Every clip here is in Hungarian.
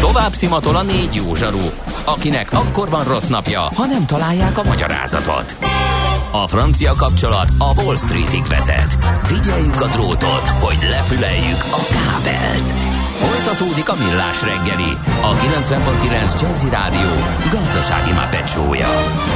Tovább szimatol a 4 jó zsaru, akinek akkor van rossz napja, ha nem találják a magyarázatot. A francia kapcsolat a Wall Streetig vezet. Figyeljük a drótot, hogy lefüleljük a kábelt. Folytatódik a Millás reggeli, a 90.9 Jazzy Rádió gazdasági mápecsója.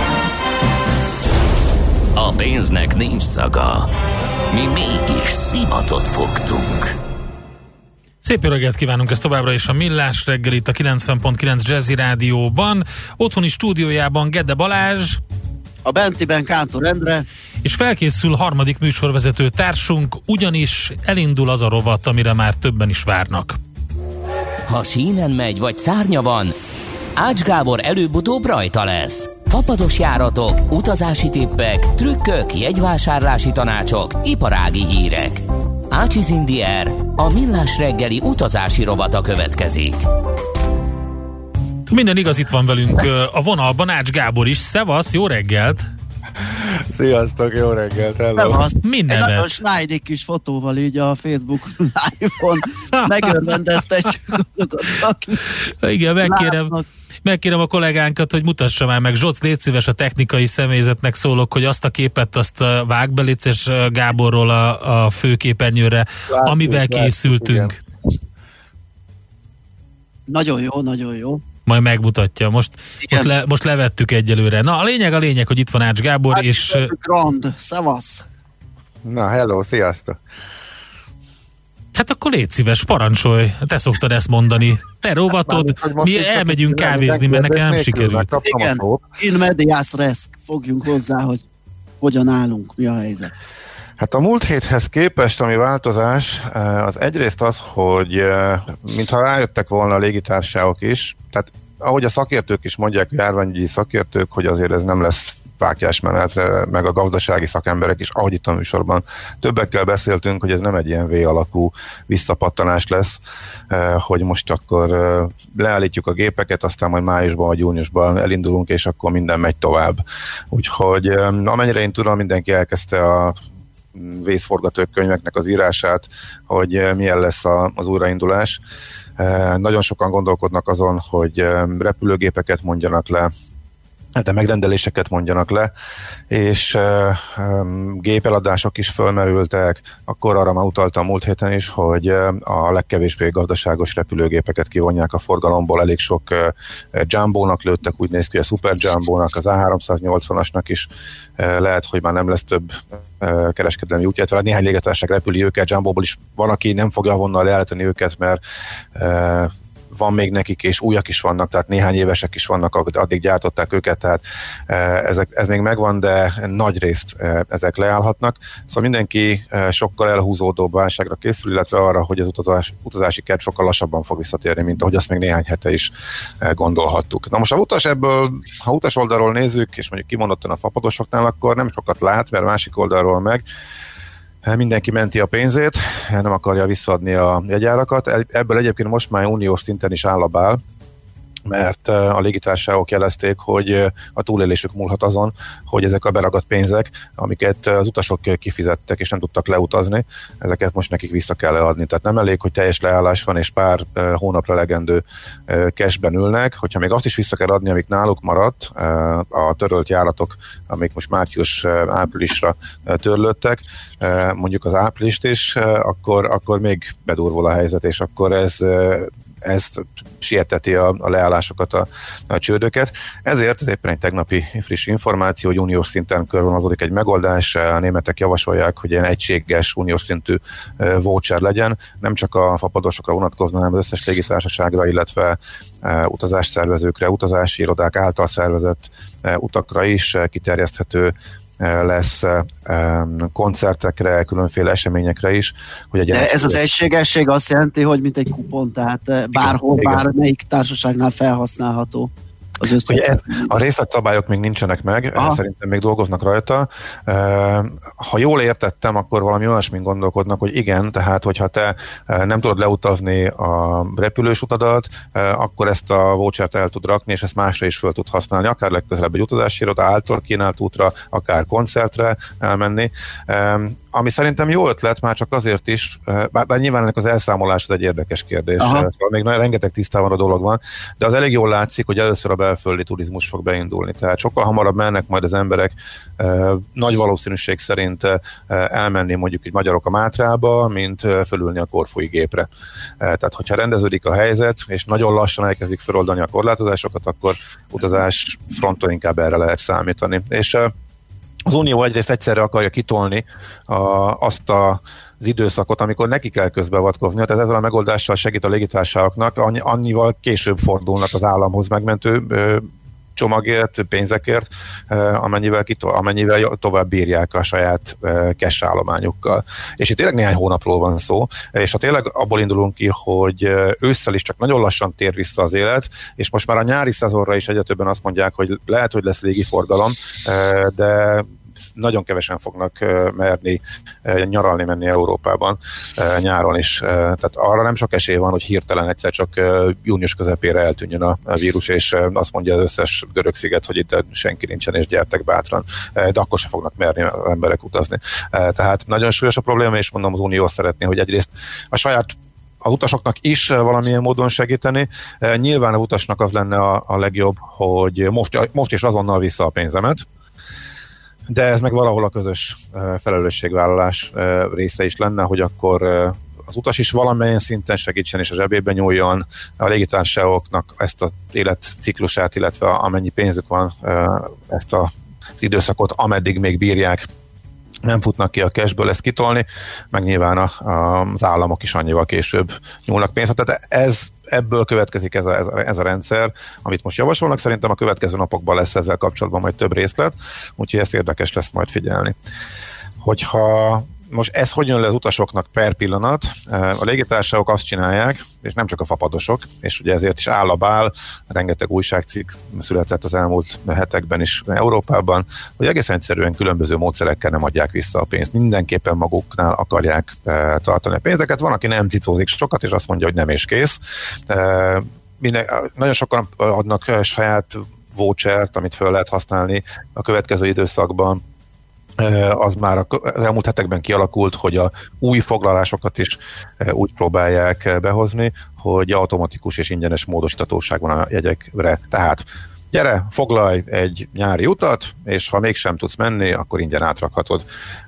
A pénznek nincs szaga. Mi mégis szimatot fogtunk. Szép jó reggelt kívánunk, ez továbbra is a Millás reggel itt a 90.9 Jazzy Rádióban. Otthoni stúdiójában Gede Balázs, a bentiben Kántor Endre, és felkészül harmadik műsorvezető társunk, ugyanis elindul az a rovat, amire már többen is várnak. Ha sínen megy, vagy szárnya van, Ács Gábor előbb-utóbb rajta lesz. Fapados járatok, utazási tippek, trükkök, jegyvásárlási tanácsok, iparági hírek. Ácsiz in the Air, a Millás reggeli utazási rovata következik. Minden igaz, itt van velünk a vonalban Ács Gábor is. Szevasz, jó reggelt! Sziasztok, jó reggelt, hello! Szevasz! Minden egy nagyon slájdik kis fotóval így a Facebook live-on megörvendeztetjük azokat, akik igen, megkérem a kollégánkat, hogy mutassa már meg. Zsoc, légy szíves, a technikai személyzetnek szólok, hogy azt a képet, azt vág be, légy szíves Gáborról a főképernyőre, amivel készültünk. Igen. Nagyon jó, nagyon jó. Majd megmutatja. Most levettük egyelőre. Na, a lényeg, hogy itt van Ács Gábor, hát, és... Grand, szevasz! Na, hello, sziasztok! Hát akkor légy szíves, parancsolj. Te szoktad ezt mondani. Te rovatod, mi elmegyünk kávézni, mert nekem nem sikerült. Igen, in medias res, fogjunk hozzá, hogy hogyan állunk, mi a helyzet. Hát a múlt héthez képest, ami változás, az egyrészt az, hogy mintha rájöttek volna a légitársaságok is, tehát ahogy a szakértők is mondják, járványügyi szakértők, hogy azért ez nem lesz fáklyásmenet, meg a gazdasági szakemberek is, ahogy itt a műsorban többekkel beszéltünk, hogy ez nem egy ilyen V-alakú visszapattanás lesz, hogy most akkor leállítjuk a gépeket, aztán majd májusban vagy júniusban elindulunk, és akkor minden megy tovább. Úgyhogy amennyire én tudom, mindenki elkezdte a vészforgatókönyveknek az írását, hogy milyen lesz az újraindulás. Nagyon sokan gondolkodnak azon, hogy repülőgépeket mondjanak le, de megrendeléseket mondjanak le, és gépeladások is fölmerültek, akkor arra már utaltam múlt héten is, hogy a legkevésbé gazdaságos repülőgépeket kivonják a forgalomból, elég sok Jumbo-nak lőttek, úgy néz ki, a Super Jumbo-nak, az A380-asnak is lehet, hogy már nem lesz több kereskedelmi út, illetve néhány légitársaság repüli őket, Jumbo-ból is van, aki nem fogja vonnan leállítani őket, mert van még nekik, és újak is vannak, tehát néhány évesek is vannak, addig gyártották őket, tehát ez még megvan, de nagy részt ezek leállhatnak. Szóval mindenki sokkal elhúzódóbb válságra készül, illetve arra, hogy az utazási kedv sokkal lassabban fog visszatérni, mint ahogy azt még néhány hete is gondolhattuk. Na most ha utas oldalról nézzük, és mondjuk kimondottan a fapadosoknál, akkor nem sokat lát, mert másik oldalról meg mindenki menti a pénzét, nem akarja visszaadni a jegyárakat. Ebből egyébként most már uniós szinten is áll a bál, mert a légitársaságok jelezték, hogy a túlélésük múlhat azon, hogy ezek a beragadt pénzek, amiket az utasok kifizettek és nem tudtak leutazni, ezeket most nekik vissza kell adni. Tehát nem elég, hogy teljes leállás van és pár hónapra legendő cashben ülnek, hogyha még azt is vissza kell adni, amik náluk maradt, a törölt járatok, amik most március-áprilisra törlődtek, mondjuk az áprilist is, akkor még bedurvul a helyzet, és akkor ez sieteti a leállásokat, a csődöket. Ezért ez éppen egy tegnapi friss információ, hogy uniós szinten körvonalazódik egy megoldás. A németek javasolják, hogy ilyen egységes uniós szintű voucher legyen, nem csak a fapadosokra vonatkozna, hanem az összes légitársaságra, illetve utazásszervezőkre, utazási irodák által szervezett utakra is kiterjeszthető lesz, koncertekre, különféle eseményekre is. Hogy de ez az egységesség azt jelenti, hogy mint egy kupon, tehát bárhol, bármelyik társaságnál felhasználható. A részletszabályok még nincsenek meg, szerintem még dolgoznak rajta. Ha jól értettem, akkor valami olyasmin gondolkodnak, hogy igen, tehát hogyha te nem tudod leutazni a repülős utadat, akkor ezt a vouchert el tud rakni, és ezt másra is föl tud használni, akár legközelebb egy utazási iroda által kínált útra, akár koncertre elmenni. ami szerintem jó ötlet, már csak azért is, bár nyilván ennek az elszámolás egy érdekes kérdés, szóval még rengeteg tisztában a dolog van, de az elég jól látszik, hogy először a belföldi turizmus fog beindulni, tehát sokkal hamarabb mennek majd az emberek nagy valószínűség szerint elmenni mondjuk egy magyarok a Mátrába, mint fölülni a korfui gépre. Tehát, hogyha rendeződik a helyzet, és nagyon lassan elkezdik feloldani a korlátozásokat, akkor utazás fronton inkább erre lehet számítani. És az Unió egyrészt egyszerre akarja kitolni azt az időszakot, amikor neki kell közbeavatkoznia, tehát ezzel a megoldással segít a légitársaságoknak, annyival később fordulnak az államhoz megmentő csomagért, pénzekért, amennyivel tovább bírják a saját cash állományukkal. És itt tényleg néhány hónapról van szó, és ha tényleg abból indulunk ki, hogy ősszel is csak nagyon lassan tér vissza az élet, és most már a nyári szezonra is egyre többen azt mondják, hogy lehet, hogy lesz légiforgalom, de nagyon kevesen fognak merni nyaralni menni Európában nyáron is. Tehát arra nem sok esély van, hogy hirtelen egyszer csak június közepére eltűnjön a vírus, és azt mondja az összes görög sziget, hogy itt senki nincsen, és gyertek bátran. De akkor se fognak merni emberek utazni. Tehát nagyon súlyos a probléma, és mondom, az Unió szeretné, hogy egyrészt az utasoknak is valamilyen módon segíteni. Nyilván az utasnak az lenne a legjobb, hogy most is azonnal vissza a pénzemet, de ez meg valahol a közös felelősségvállalás része is lenne, hogy akkor az utas is valamilyen szinten segítsen és a zsebébe nyúljon, a légitársaságoknak ezt az életciklusát, illetve amennyi pénzük van, ezt az időszakot, ameddig még bírják, nem futnak ki a cashből ezt kitolni, meg nyilván az államok is annyival később nyúlnak pénzt. Tehát ebből következik ez a rendszer, amit most javasolnak, szerintem a következő napokban lesz ezzel kapcsolatban majd több részlet, úgyhogy ezt érdekes lesz majd figyelni. Hogyha most ez hogy jön le az utasoknak per pillanat, a légitársaságok azt csinálják, és nem csak a fapadosok, és ugye ezért is áll a bál, rengeteg újságcikk született az elmúlt hetekben is Európában, hogy egész egyszerűen különböző módszerekkel nem adják vissza a pénzt. Mindenképpen maguknál akarják tartani a pénzeket. Van, aki nem cicózik sokat, és azt mondja, hogy nem és kész. Nagyon sokan adnak saját vouchert, amit föl lehet használni a következő időszakban. Az már az elmúlt hetekben kialakult, hogy a új foglalásokat is úgy próbálják behozni, hogy automatikus és ingyenes módosítatóság van a jegyekre. Tehát gyere, foglalj egy nyári utat, és ha mégsem tudsz menni, akkor ingyen átrakhatod.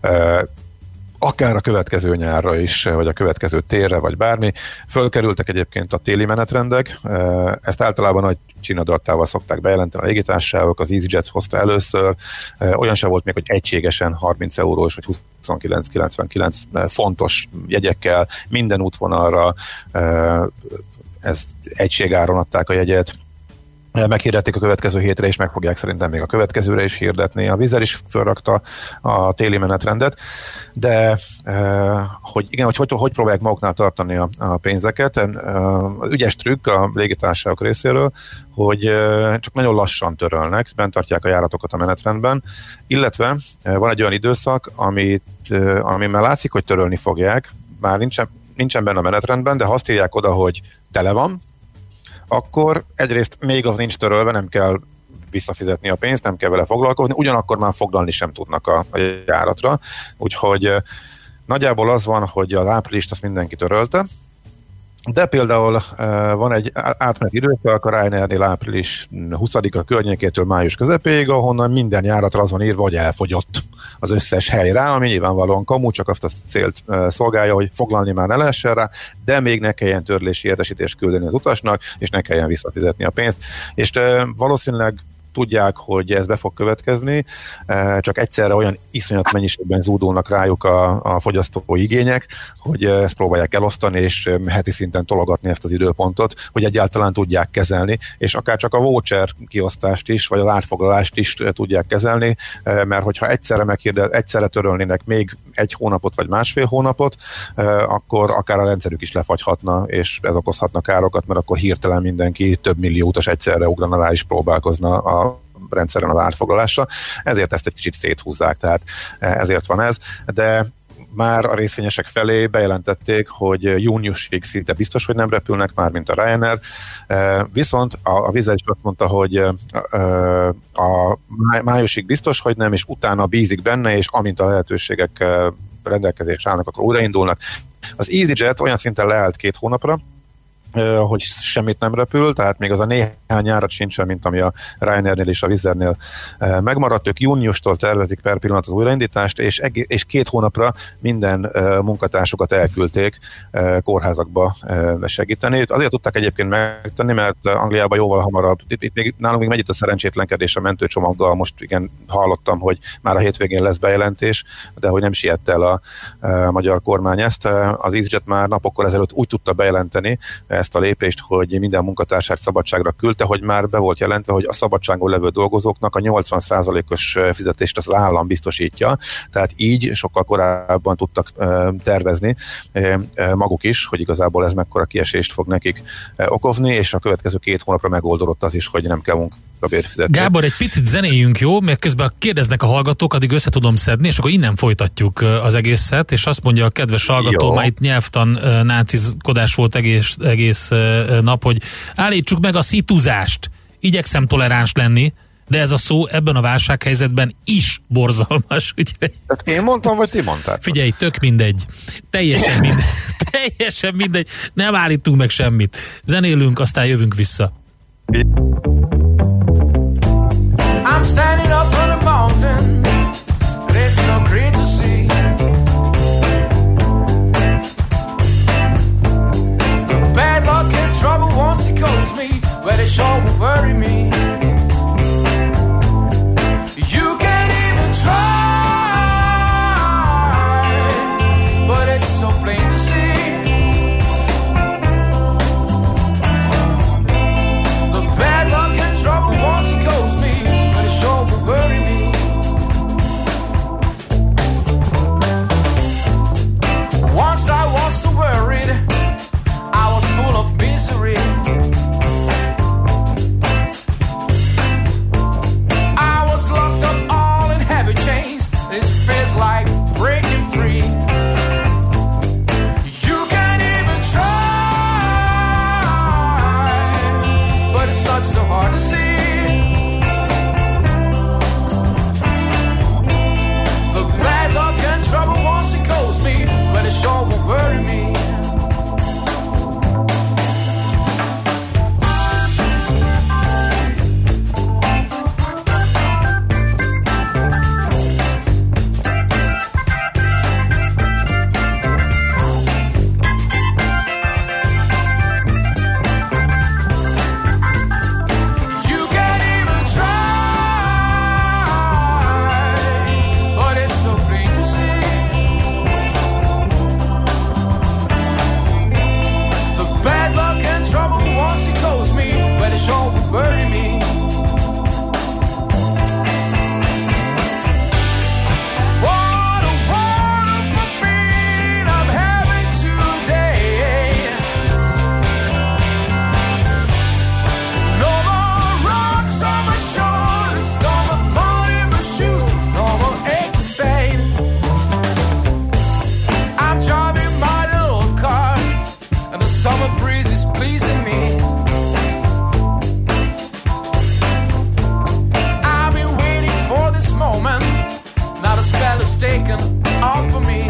Akár a következő nyárra is, vagy a következő térre, vagy bármi. Fölkerültek egyébként a téli menetrendek, ezt általában nagy csinadattával szokták bejelenteni a légitársaságok, az EasyJet hozta először, olyan sem volt még, hogy egységesen 30 eurós, vagy 29,99 fontos jegyekkel, minden útvonalra, ez egységáron adták a jegyet, meghirdették a következő hétre, és meg fogják szerintem még a következőre is hirdetni. A Wizz Air is felrakta a téli menetrendet, de hogy próbálják maguknál tartani a pénzeket. Az ügyes trükk a légitársaságok részéről, hogy csak nagyon lassan törölnek, bent tartják a járatokat a menetrendben, illetve van egy olyan időszak, amiben látszik, hogy törölni fogják, már nincsen benne a menetrendben, de ha azt írják oda, hogy tele van, akkor egyrészt még az nincs törölve, nem kell visszafizetni a pénzt, nem kell vele foglalkozni, ugyanakkor már foglalni sem tudnak a járatra. Úgyhogy nagyjából az van, hogy az áprilist azt mindenki törölte, de például van egy átmeneti időszak, a Ryanairnél április 20-a környékétől május közepéig, ahonnan minden járatra az van írva, hogy elfogyott az összes hely rá, ami nyilvánvalóan kamu, csak azt a célt szolgálja, hogy foglalni már ne lehessen rá, de még ne kelljen törlési értesítést küldeni az utasnak, és ne kelljen visszafizetni a pénzt. És valószínűleg tudják, hogy ez be fog következni, csak egyszerre olyan iszonyat mennyiségben zúdulnak rájuk a fogyasztói igények, hogy ezt próbálják elosztani, és heti szinten tologatni ezt az időpontot, hogy egyáltalán tudják kezelni, és akár csak a voucher kiosztást is, vagy az átfoglalást is tudják kezelni, mert hogyha egyszerre törölnének még egy hónapot, vagy másfél hónapot, akkor akár a rendszerük is lefagyhatna, és ez okozhatna károkat, mert akkor hirtelen mindenki több millió utas egyszerre ugrana rá is próbálkozna a rendszeren az átfoglalásra. Ezért ezt egy kicsit széthúzzák, tehát ezért van ez, de már a részvényesek felé bejelentették, hogy júniusig szinte biztos, hogy nem repülnek már, mint a Ryanair, viszont a Wizz Air is azt mondta, hogy a májusig biztos, hogy nem, és utána bízik benne, és amint a lehetőségek rendelkezésre állnak, akkor újraindulnak. Az EasyJet olyan szinten leállt 2 hónapra, hogy semmit nem repül, tehát még az a néhány járat sincsen, mint ami a Ryanairnél és a Wizz Airnél megmaradt. Ők júniustól tervezik per pillanat az újraindítást, és 2 hónapra minden munkatársukat elküldték kórházakba segíteni. Azért tudták egyébként megtenni, mert Angliában jóval hamarabb, itt nálunk még megy itt a szerencsétlenkedés a mentőcsomaggal, most igen hallottam, hogy már a hétvégén lesz bejelentés, de hogy nem siett el a magyar kormány ezt. Az EasyJet már napokkal ezelőtt úgy tudta bejelenteni ezt a lépést, hogy minden munkatársát szabadságra küldte, hogy már be volt jelentve, hogy a szabadságon levő dolgozóknak a 80%-os fizetést az állam biztosítja, tehát így sokkal korábban tudtak tervezni maguk is, hogy igazából ez mekkora kiesést fog nekik okozni, és a következő 2 hónapra megoldódott az is, hogy nem kell munkabért fizetni. Gábor, egy picit zenéljünk, jó? Mert közben kérdeznek a hallgatók, addig össze tudom szedni, és akkor innen folytatjuk az egészet, és azt mondja a kedves hallgató, már itt nyelvtan nácizkodás volt egész nap, hogy állítsuk meg a szituzást. Igyekszem toleráns lenni, de ez a szó ebben a válsághelyzetben is borzalmas. Tehát én mondtam, vagy ti mondtátok? Figyelj, tök mindegy. Teljesen mindegy. Nem állítunk meg semmit. Zenélünk, aztán jövünk vissza. I'm standing up on a mountain. It's so great to see. The bad luck and trouble once it calls me, where they sure will worry me. You can't even try, but it's so plain to see. The bad luck and trouble once it calls me, but it sure will worry me. Once I was so worried, I was full of misery. I was locked up all in heavy chains. It feels like breaking free. You can't even try, but it's not so hard to see. The bad luck and trouble once it calls me, but it sure will worry me. Bury me. What a wonderful being I'm having today. No more rocks on my shoulders, no more money in my shoes, no more aching pain. I'm driving my little car, and the summer breeze is pleasing me. Moment, now the spell is taken off of me.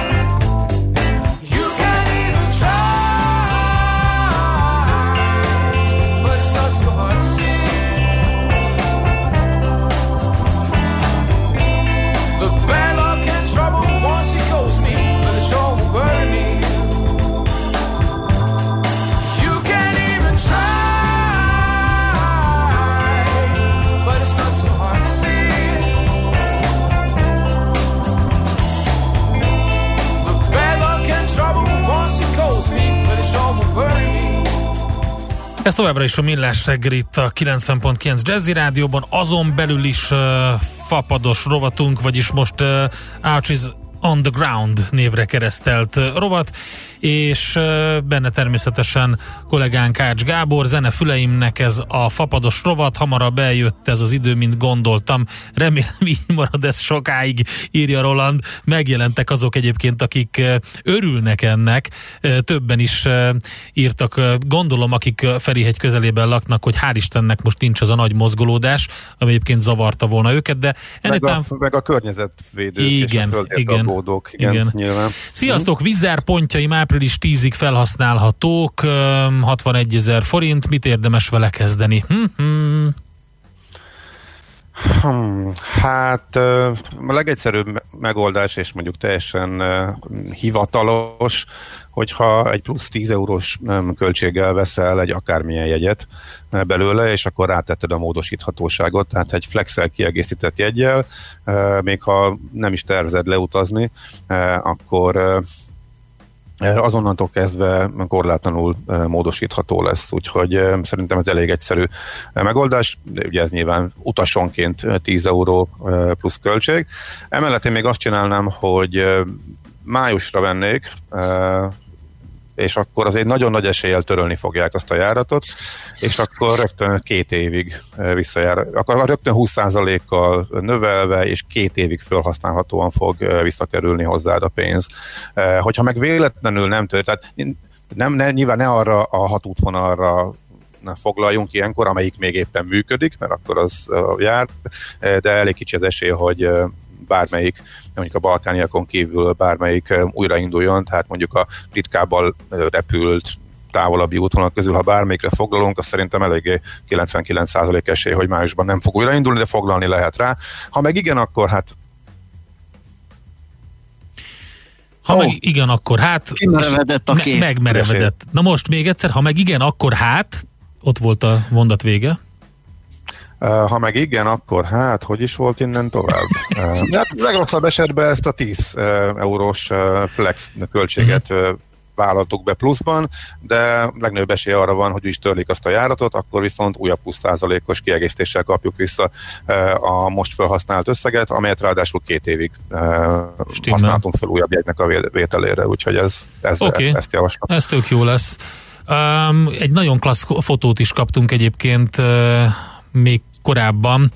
You can't even try, but it's not so hard to see. The bad luck and trouble once it calls me, but it sure will worry me. You can't even try, but it's not so hard to see. Ez továbbra is a Millás reggel itt a 90.9 Jazzy Rádióban, azon belül is fapados rovatunk, vagyis most Arches on the Ground névre keresztelt rovat, és benne természetesen kollégánk Ács Gábor. Zene füleimnek ez a fapados rovat, hamarabb eljött ez az idő, mint gondoltam. Remélem így marad ez sokáig, írja Roland. Megjelentek azok egyébként, akik örülnek ennek. Többen is írtak, gondolom, akik Ferihegy közelében laknak, hogy hál' Istennek most nincs az a nagy mozgolódás, ami egyébként zavarta volna őket, de meg a környezetvédők igen, és a földértagódók. Igen. Nyilván. Sziasztok, Vizár pontjaim április 10-ig felhasználhatók, 61 000 forint, mit érdemes vele kezdeni? Hát a legegyszerűbb megoldás, és mondjuk teljesen hivatalos, hogyha egy plusz 10 eurós költséggel veszel egy akármilyen jegyet belőle, és akkor rátetted a módosíthatóságot, tehát egy flexel kiegészített jeggyel, még ha nem is tervezed leutazni, akkor azonnantól kezdve korlátlanul módosítható lesz, úgyhogy szerintem ez elég egyszerű megoldás, de ugye ez nyilván utasonként 10 euró plusz költség. Emellett én még azt csinálnám, hogy májusra vennék, és akkor azért nagyon nagy eséllyel törölni fogják azt a járatot, és akkor rögtön 2 évig visszajár. Akkor rögtön 20%-kal növelve, és 2 évig felhasználhatóan fog visszakerülni hozzád a pénz. Hogyha meg véletlenül nem tört, tehát nyilván ne arra a 6 útvonalra foglaljunk ilyenkor, amelyik még éppen működik, mert akkor az jár, de elég kicsi az esély, hogy bármelyik, mondjuk a balkániakon kívül bármelyik újrainduljon, tehát mondjuk a ritkábban repült távolabbi útvonalak közül, ha bármelyikre foglalunk, az szerintem eléggé 99% esély, hogy májusban nem fog újraindulni, de foglalni lehet rá. Ha meg igen, akkor hát meg igen, akkor hát kimerevedett a kép. Megmerevedett. Na most még egyszer, ha meg igen, akkor hát ott volt a mondat vége. Ha meg igen, akkor hát, hogy is volt innen tovább? Hát legrosszabb esetben ezt a 10 eurós flex költséget vállaltuk be pluszban, de legnagyobb esély arra van, hogy is törlik azt a járatot, akkor viszont újabb 20%-os kiegészítéssel kapjuk vissza a most felhasznált összeget, amelyet ráadásul 2 évig használtunk fel újabb jegynek a vételére, úgyhogy ezt javaslom. Ez tök jó lesz. Egy nagyon klassz fotót is kaptunk egyébként még korábban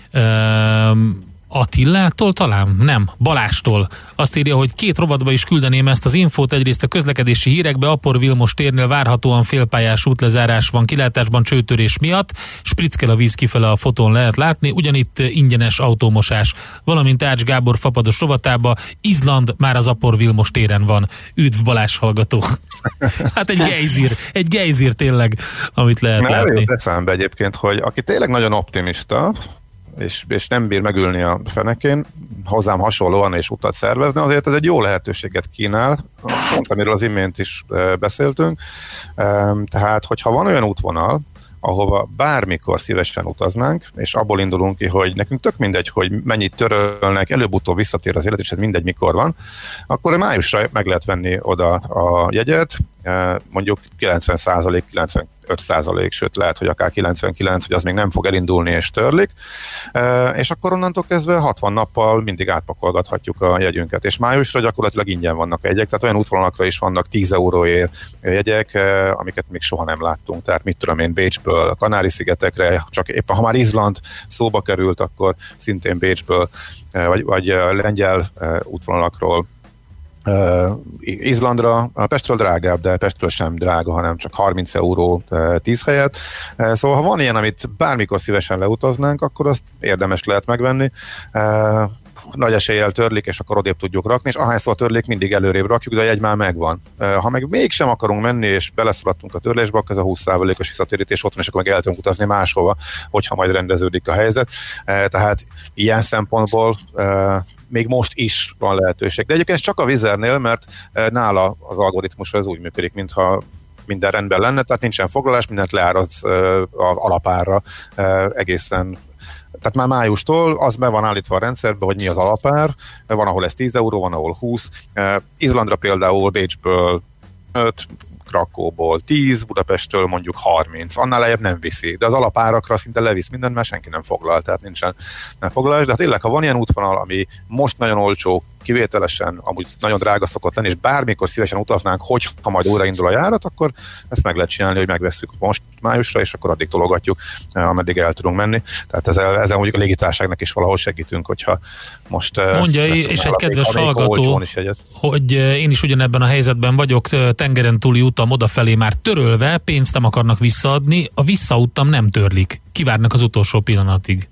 Attilától talán? Nem, Balástól. Azt írja, hogy 2 rovatba is küldeném ezt az infót. Egyrészt a közlekedési hírekbe, Apor Vilmos térnél várhatóan félpályás útlezárás van kilátásban csőtörés miatt, sprickel a víz kifele, a fotón lehet látni, ugyanitt ingyenes autómosás. Valamint Ács Gábor fapados rovatába, Izland már az Apor Vilmos téren van. Üdv Balázs hallgató. Hát egy gejzír tényleg, amit lehet látni. Eljött eszembe egyébként, hogy aki tényleg nagyon optimista, és nem bír megülni a fenekén, hozzám hasonlóan és utat szervezni, azért ez egy jó lehetőséget kínál, pont amiről az imént is beszéltünk. Tehát, hogyha van olyan útvonal, ahova bármikor szívesen utaznánk, és abból indulunk ki, hogy nekünk tök mindegy, hogy mennyit törölnek, előbb-utóbb visszatér az élet, és ez mindegy mikor van, akkor májusra meg lehet venni oda a jegyet, mondjuk 90%, 95%, sőt lehet, hogy akár 99%, hogy az még nem fog elindulni és törlik, és akkor onnantól kezdve 60 nappal mindig átpakolgathatjuk a jegyünket, és májusra gyakorlatilag ingyen vannak a jegyek, tehát olyan útvonalakra is vannak 10 euróért jegyek, amiket még soha nem láttunk, tehát mit tudom én, Bécsből a Kanári-szigetekre, csak éppen ha már Izland szóba került, akkor szintén Bécsből, vagy lengyel útvonalakról Izlandra, a Pestről drágább, de Pestről sem drága, hanem csak 30 euró 10 helyet. Szóval ha van ilyen, amit bármikor szívesen leutaznánk, akkor azt érdemes lehet megvenni. Nagy eséllyel törlik, és akkor odébb tudjuk rakni, és ahányszor törlik, mindig előrébb rakjuk, de a jegy már megvan. Ha meg mégsem akarunk menni, és beleszaladtunk a törlésbe, akkor ez a 20%-os visszatérítés ott van, és akkor meg el tudunk utazni máshova, hogyha majd rendeződik a helyzet. Tehát ilyen szempontból még most is van lehetőség. De egyébként csak a Wizzairnél, mert nála az algoritmus az úgy működik, mintha minden rendben lenne, tehát nincsen foglalás, mindent leáraz az alapárra egészen. Tehát már májustól az be van állítva a rendszerbe, hogy mi az alapár, van, ahol ez 10 euró, van, ahol 20. Izlandra például Bécsből 5, Krakóból 10, Budapesttől mondjuk 30. Annál lejjebb nem viszi, de az alapárakra szinte levisz mindent, mert senki nem foglal, tehát nincsen nem foglalás, de hát tényleg, ha van ilyen útvonal, ami most nagyon olcsó, kivételesen, amúgy nagyon drága szokott lenni, és bármikor szívesen utaznánk, hogyha majd újraindul a járat, akkor ezt meg lehet csinálni, hogy megvesszük most májusra, és akkor addig tologatjuk, ameddig el tudunk menni. Tehát ezzel mondjuk a légitársaságnak is valahol segítünk, hogyha most... Mondja, és egy kedves hallgató, hogy én is ugyanebben a helyzetben vagyok, tengeren túli utam odafelé már törölve, pénzt nem akarnak visszaadni, a visszautam nem törlik. Kivárnak az utolsó pillanatig.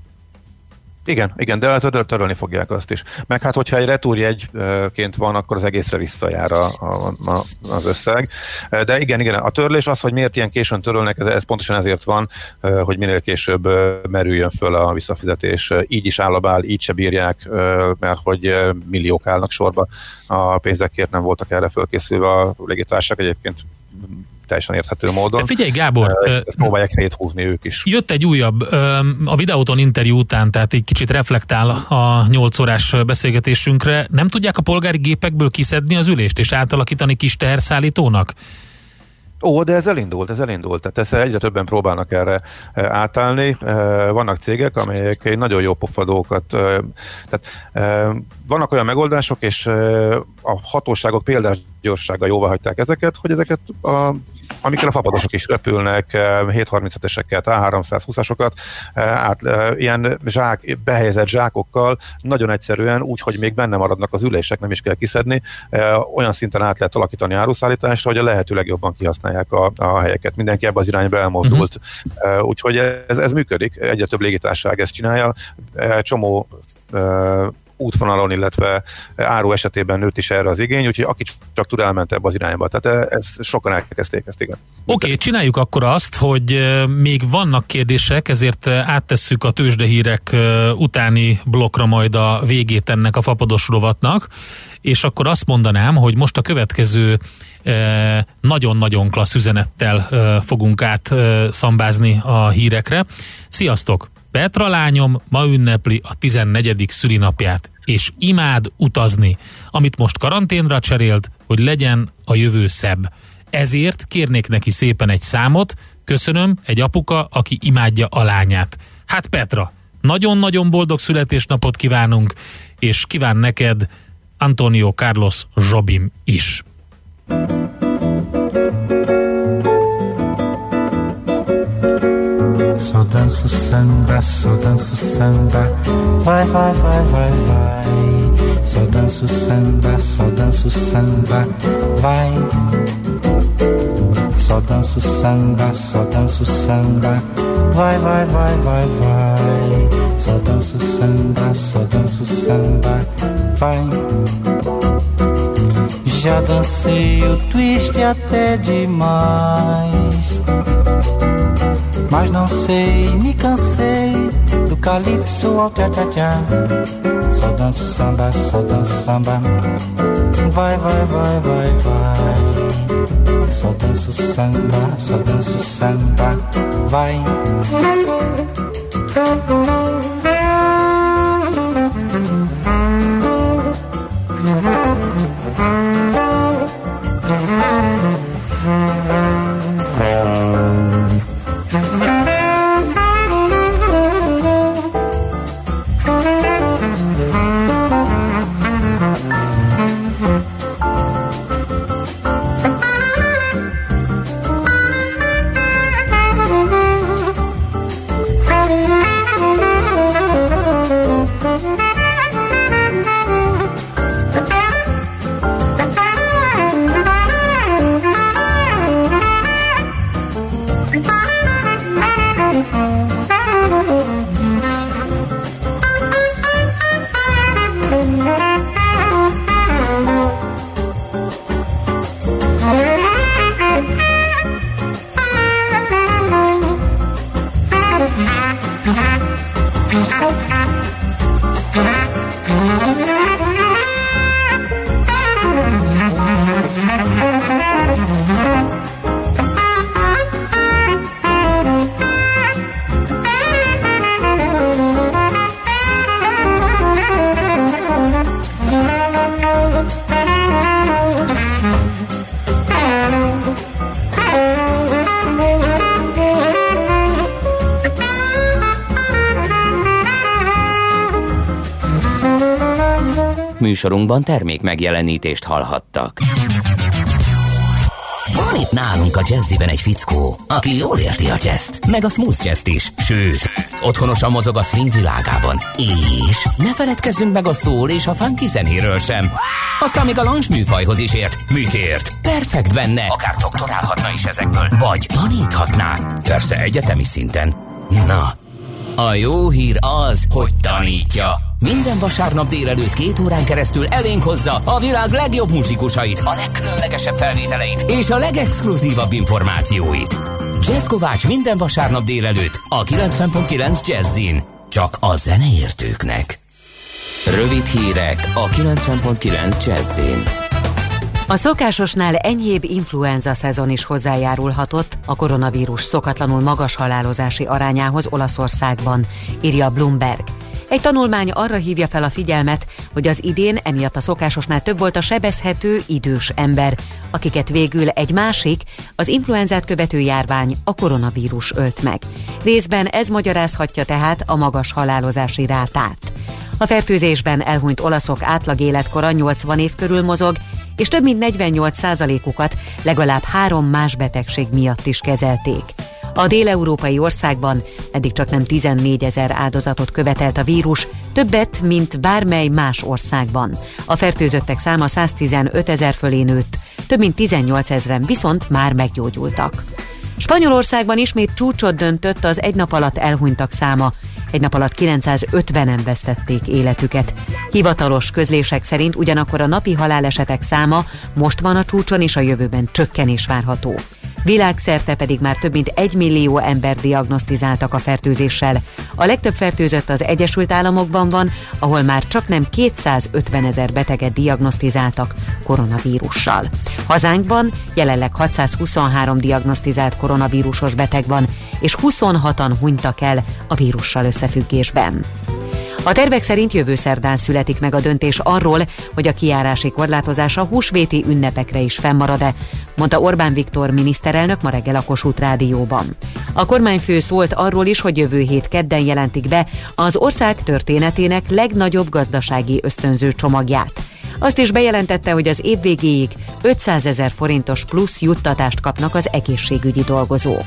Igen, de törölni fogják azt is. Meg hát, hogyha egy retúrjegyként van, akkor az egészre visszajár az összeg. De igen, a törlés az, hogy miért ilyen későn törölnek, ez pontosan ezért van, hogy minél később merüljön föl a visszafizetés. Így is állabál, így se bírják, mert hogy milliók állnak sorba. A pénzekért nem voltak erre fölkészülve a légitársaság, egyébként teljesen érthető módon. De figyelj, Gábor, ezt próbálják széthúzni ők is. Jött egy újabb, a Videóton interjú után, tehát egy kicsit reflektál a 8 órás beszélgetésünkre. Nem tudják a polgári gépekből kiszedni az ülést, és átalakítani kis teherszállítónak? De ez elindult. Tehát ezt egyre többen próbálnak erre átállni. Vannak cégek, amelyek egy nagyon jó pofadókat, tehát vannak olyan megoldások, és a hatóságok példás gyorsággal jóvá hagyták ezeket, hogy ezeket amikor a fapadosok is repülnek, 737-esekkel, A320-asokat, ilyen behelyezett zsákokkal, nagyon egyszerűen, úgy, hogy még benne maradnak az ülések, nem is kell kiszedni, olyan szinten át lehet alakítani áruszállításra, hogy a lehető legjobban kihasználják a helyeket. Mindenki ebbe az irányba elmozdult. Úgyhogy ez működik, egyre több légitársaság ezt csinálja, csomó útvonalon, illetve áru esetében nőtt is erre az igény, úgyhogy aki csak tud, elment ebbe az irányba. Tehát ezt sokan elkezdték ezt, igen. Oké, csináljuk akkor azt, hogy még vannak kérdések, ezért áttesszük a tőzsdehírek utáni blokkra majd a végét ennek a fapados rovatnak, és akkor azt mondanám, hogy most a következő nagyon-nagyon klassz üzenettel fogunk átszambázni a hírekre. Sziasztok! Petra lányom ma ünnepli a 14. szülinapját, és imád utazni, amit most karanténra cserélt, hogy legyen a jövő szebb. Ezért kérnék neki szépen egy számot, köszönöm, egy apuka, aki imádja a lányát. Hát Petra, nagyon-nagyon boldog születésnapot kívánunk, és kíván neked Antonio Carlos Jobim is. Só danço samba, vai, vai, vai, vai, vai. Só danço samba, vai. Só danço samba, vai, vai, vai, vai, vai. Só danço samba, vai. Já dancei o twist até demais, mas não sei, me cansei do calypso ao tchá-tchá-tchá. Só danço samba, vai, vai, vai, vai, vai. Só danço samba, vai. Műsorunkban termék megjelenítést hallhattak. Van itt nálunk a Jazziben egy fickó, aki jól érti a jazzt, meg a smooth jazzt is, sőt, otthonosan mozog a swing világában. És ne feledkezzünk meg a soul és a funky zenéről sem. Aztán még a lounge műfajhoz is ért. Mit ért? Perfekt benne, akár doktorálhatna is ezekből, vagy taníthatná. Persze egyetemi szinten. Na, a jó hír az, hogy tanítja. Minden vasárnap délelőtt 2 órán keresztül elénk hozza a világ legjobb muzsikusait, a legkülönlegesebb felvételeit és a legexkluzívabb információit. Jazz Kovács minden vasárnap délelőtt a 90.9 Jazzin. Csak a zeneértőknek. Rövid hírek a 90.9 Jazzin. A szokásosnál enyhébb influenza szezon is hozzájárulhatott a koronavírus szokatlanul magas halálozási arányához Olaszországban, írja Bloomberg. Egy tanulmány arra hívja fel a figyelmet, hogy az idén emiatt a szokásosnál több volt a sebezhető idős ember, akiket végül egy másik, az influenzát követő járvány, a koronavírus ölt meg. Részben ez magyarázhatja tehát a magas halálozási rátát. A fertőzésben elhunyt olaszok átlag életkora 80 év körül mozog, és több mint 48%-ukat legalább 3 más betegség miatt is kezelték. A déleurópai országban eddig csaknem 14 000 áldozatot követelt a vírus, többet, mint bármely más országban. A fertőzöttek száma 115 000 fölé nőtt, több mint 18 000-en viszont már meggyógyultak. Spanyolországban ismét csúcsot döntött az egy nap alatt elhunytak száma. Egy nap alatt 950-en vesztették életüket. Hivatalos közlések szerint ugyanakkor a napi halálesetek száma most van a csúcson, és a jövőben csökkenés várható. Világszerte pedig már több mint 1 millió ember diagnosztizáltak a fertőzéssel. A legtöbb fertőzött az Egyesült Államokban van, ahol már csaknem 250 000 beteget diagnosztizáltak koronavírussal. Hazánkban jelenleg 623 diagnosztizált koronavírusos beteg van, és 26-an hunytak el a vírussal összefüggésben. A tervek szerint jövő szerdán születik meg a döntés arról, hogy a kijárási korlátozás a húsvéti ünnepekre is fennmarad-e, mondta Orbán Viktor miniszterelnök ma reggel a Kossuth Rádióban. A kormányfő szólt arról is, hogy jövő hét kedden jelentik be az ország történetének legnagyobb gazdasági ösztönző csomagját. Azt is bejelentette, hogy az év végéig 500 000 forintos plusz juttatást kapnak az egészségügyi dolgozók.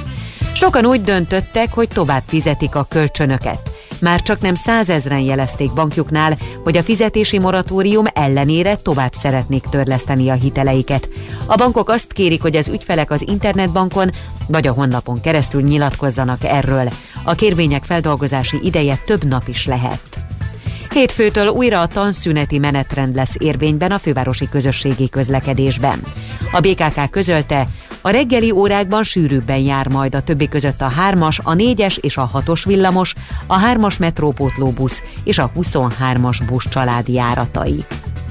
Sokan úgy döntöttek, hogy tovább fizetik a kölcsönöket. Már csaknem 100 000-en jelezték bankjuknál, hogy a fizetési moratórium ellenére tovább szeretnék törleszteni a hiteleiket. A bankok azt kérik, hogy az ügyfelek az internetbankon vagy a honlapon keresztül nyilatkozzanak erről. A kérvények feldolgozási ideje több nap is lehet. Hétfőtől újra a tanszüneti menetrend lesz érvényben a fővárosi közösségi közlekedésben. A BKK közölte, a reggeli órákban sűrűbben jár majd a többi között a 3-as, a 4-es és a 6-os villamos, a 3-as metrópótlóbusz és a 23-as busz családi járatai.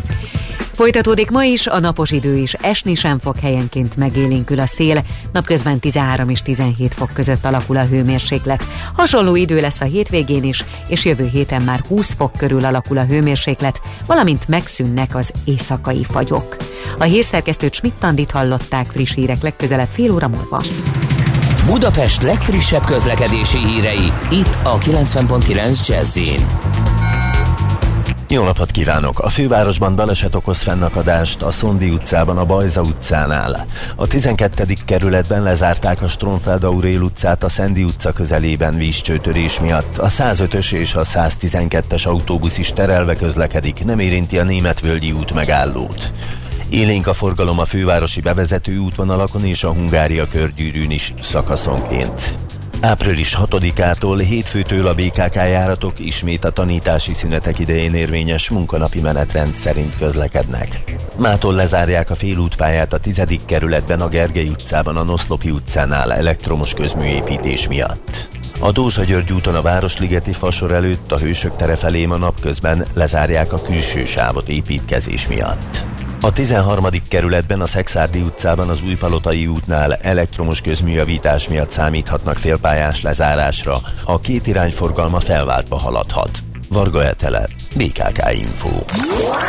Folytatódik ma is a napos idő is, esni sem fog, helyenként megélénkül a szél, napközben 13 és 17 fok között alakul a hőmérséklet. Hasonló idő lesz a hétvégén is, és jövő héten már 20 fok körül alakul a hőmérséklet, valamint megszűnnek az éjszakai fagyok. A hírszerkesztőt Schmidt-Tandit hallották, friss hírek legközelebb fél óra múlva. Budapest legfrissebb közlekedési hírei, itt a 90.9 Jazzin. Jó napot kívánok! A fővárosban baleset okoz fennakadást a Szondi utcában, a Bajza utcánál. A 12. kerületben lezárták a Stromfeld-Aurél utcát a Szendi utca közelében vízcsőtörés miatt. A 105-ös és a 112-es autóbusz is terelve közlekedik, nem érinti a Németvölgyi út megállót. Élénk a forgalom a fővárosi bevezető útvonalakon és a Hungária körgyűrűn is szakaszonként. Április 6-ától hétfőtől a BKK járatok ismét a tanítási szünetek idején érvényes munkanapi menetrend szerint közlekednek. Mától lezárják a félútpályát a 10. kerületben, a Gergely utcában, a Noszlopi utcánál elektromos közműépítés miatt. A Dózsa-György úton a Városligeti fasor előtt, a Hősök tere felé ma napközben lezárják a külső sávot építkezés miatt. A 13. kerületben, a Szekszárdi utcában, az Újpalotai útnál elektromos közműjavítás miatt számíthatnak félpályás lezárásra, a két irányforgalma felváltva haladhat. Varga Etele, BKK Info.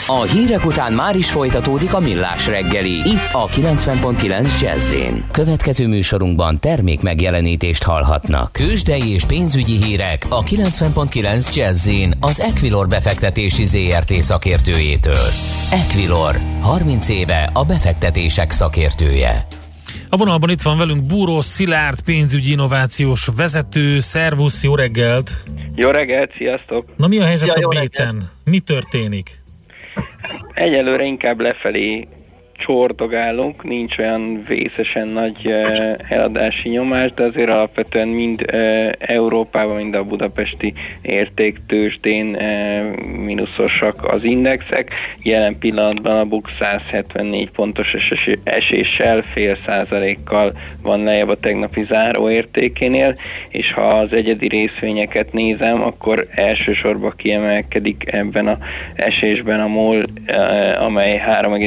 A hírek után már is folytatódik a Millás reggeli, itt a 90.9 Jazz-in. Következő műsorunkban termék megjelenítést hallhatnak. Kősdei és pénzügyi hírek a 90.9 Jazz-in az Equilor befektetési ZRT szakértőjétől. Equilor, 30 éve a befektetések szakértője. A vonalban itt van velünk Búró Szilárd, pénzügyi innovációs vezető. Szervusz, jó reggelt! Jó reggelt, sziasztok! Na mi a helyzet a Béten? Mi történik? Egyelőre inkább lefelé csordogálunk, nincs olyan vészesen nagy eladási nyomás, de azért alapvetően mind Európában, mind a budapesti értéktőzsdén mínuszosak az indexek. Jelen pillanatban a BUX 174 pontos eséssel 0,5%-kal van lejjebb a tegnapi záróértékénél, és ha az egyedi részvényeket nézem, akkor elsősorban kiemelkedik ebben az esésben a MOL, amely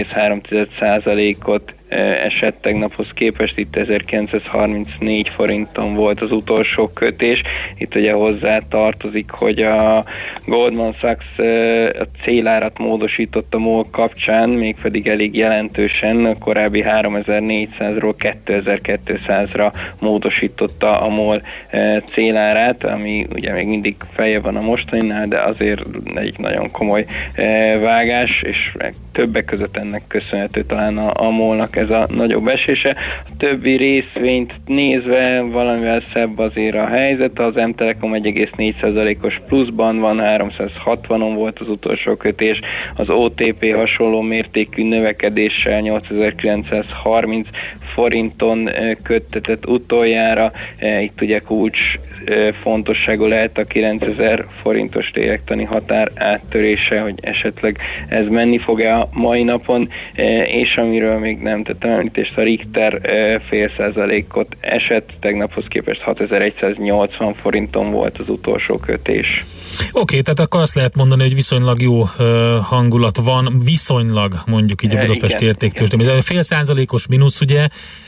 3,3%-ot esett tegnaphoz képest, itt 1934 forinton volt az utolsó kötés. Itt ugye hozzá tartozik, hogy a Goldman Sachs a célárat módosított a MOL kapcsán, mégpedig elég jelentősen, a korábbi 3400-ról 2200-ra módosította a MOL célárát, ami ugye még mindig feljebb van a mostaninál, de azért egy nagyon komoly vágás, és többek között ennek köszönhető talán a MOL-nak ez a nagyobb esése. A többi részvényt nézve valamivel szebb azért a helyzet. Az M-Telekom 1,4%-os pluszban van, 360-on volt az utolsó kötés. Az OTP hasonló mértékű növekedéssel 8930 forinton köttetett utoljára. Itt ugye kulcs fontosságú lehet a 9000 forintos lélektani határ áttörése, hogy esetleg ez menni fog-e a mai napon, és amiről még nem tettem említést, a Richter 0,5%-ot esett, tegnaphoz képest 6180 forinton volt az utolsó kötés. Oké, tehát akkor azt lehet mondani, hogy viszonylag jó hangulat van, viszonylag mondjuk így a budapesti értéktőzsdén. Ez 0,5%-os mínusz, ugye,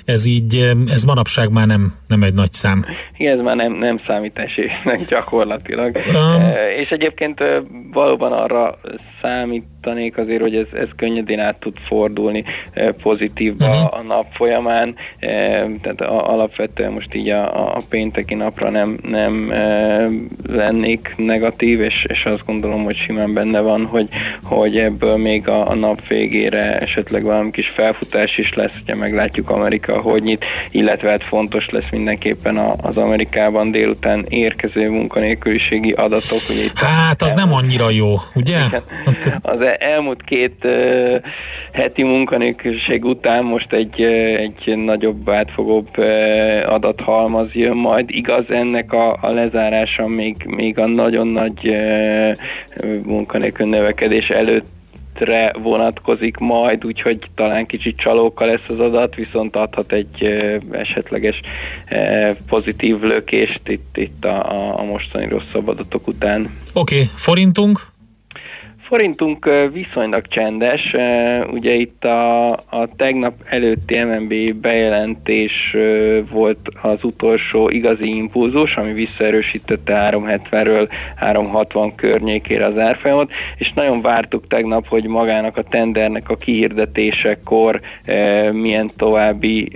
ez manapság már nem egy nagy szám. Igen, ez már nem számít esésnek gyakorlatilag. És egyébként valóban arra számítanék azért, hogy ez könnyedén át tud fordulni pozitívba a nap folyamán, tehát alapvetően most így a pénteki napra nem lennék negatív, és azt gondolom, hogy simán benne van, hogy ebből még a nap végére esetleg valami kis felfutás is lesz, ugye meglátjuk Amerika hogy nyit, illetve hát fontos lesz mindenképpen az Amerikában délután érkező munkanélküliségi adatok. Ugye itt hát az nem annyira jó, ugye? Az elmúlt 2 heti munkanélküliség után most egy nagyobb, átfogóbb adathalmaz jön majd. Igaz, ennek a lezárása még a nagyon nagy munkanélkül növekedés előtt vonatkozik majd, úgyhogy talán kicsit csalóka lesz az adat, viszont adhat egy esetleges pozitív lökést itt a mostani rosszabb adatok után. Oké, forintunk? Forintunk viszonylag csendes, ugye itt a tegnap előtti MNB bejelentés volt az utolsó igazi impulzus, ami visszaerősítette 370-ről 360 környékére az árfolyamot, és nagyon vártuk tegnap, hogy magának a tendernek a kihirdetésekor milyen további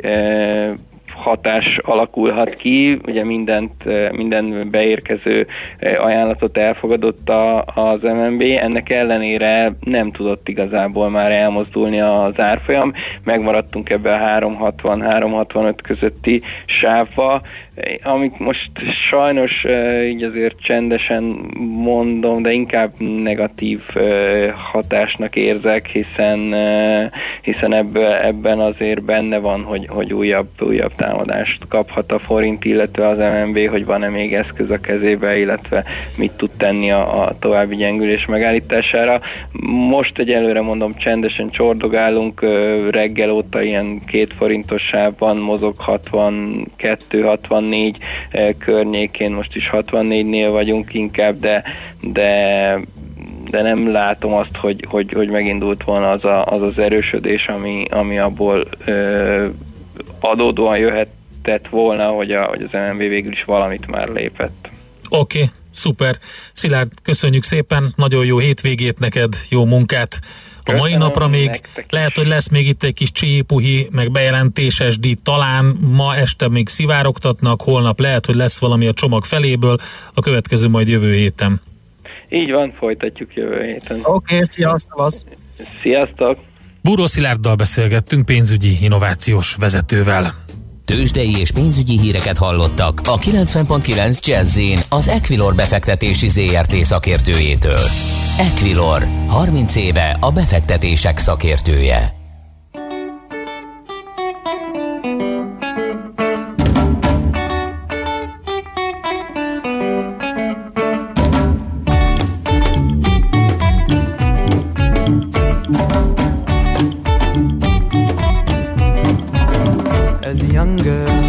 hatás alakulhat ki, ugye minden beérkező ajánlatot elfogadott az MNB, ennek ellenére nem tudott igazából már elmozdulni az árfolyam, megmaradtunk ebbe a 360-365 közötti sávba, amit most sajnos így azért csendesen mondom, de inkább negatív hatásnak érzek, hiszen ebben azért benne van, hogy újabb támadást kaphat a forint, illetve az MNB, hogy van-e még eszköz a kezébe, illetve mit tud tenni a további gyengülés megállítására. Most egyelőre mondom, csendesen csordogálunk, reggel óta ilyen 2 forintos sávban mozog, 62-64 környékén, most is 64-nél vagyunk inkább, de nem látom azt, hogy megindult volna az erősödés, ami abból adódóan jöhetett volna, hogy az MNB végül is valamit már lépett. Oké. Szuper. Szilárd, köszönjük szépen, nagyon jó hétvégét neked, jó munkát. A mai napra még lehet, hogy lesz még itt egy kis csipuhi, meg bejelentéses díj, talán ma este még szivárogtatnak, holnap lehet, hogy lesz valami a csomag feléből, a következő majd jövő héten. Így van, folytatjuk jövő héten. Oké, sziasztok! Sziasztok! Búró Szilárddal beszélgettünk, pénzügyi innovációs vezetővel. Tőzsdei és pénzügyi híreket hallottak a 90.9 Jazz-in az Equilor befektetési ZRT szakértőjétől. Equilor, 30 éve a befektetések szakértője. As a young girl,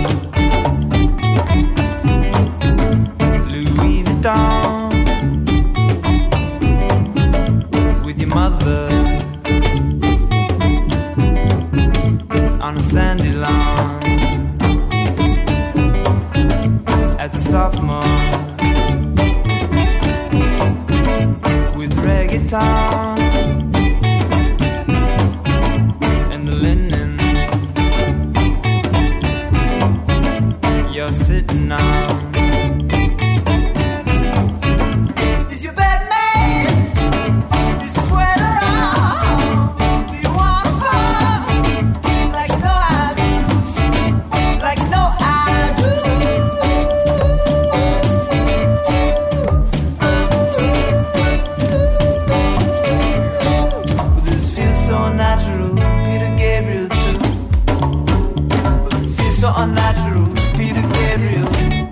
Louis Vuitton, with your mother on a sandy lawn. As a sophomore, with reggaeton and the linen you're sitting on. Is your bed made? Is your sweater on? Do you wanna fall? Like no I do. Like no I do. This feels so natural, Peter Gabriel too. But it feels so unnatural, Peter Gabriel.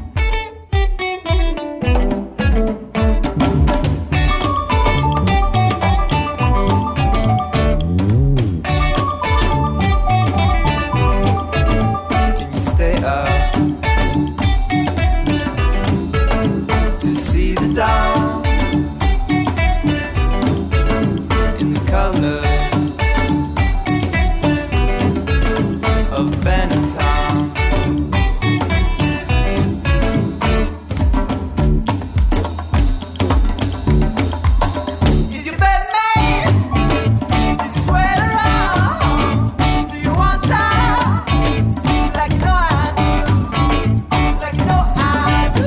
Can you stay up to see the dawn in the colors of Benetton? Is your bed made? Is your sweater on? Do you want time? Like no I do. Like no I do.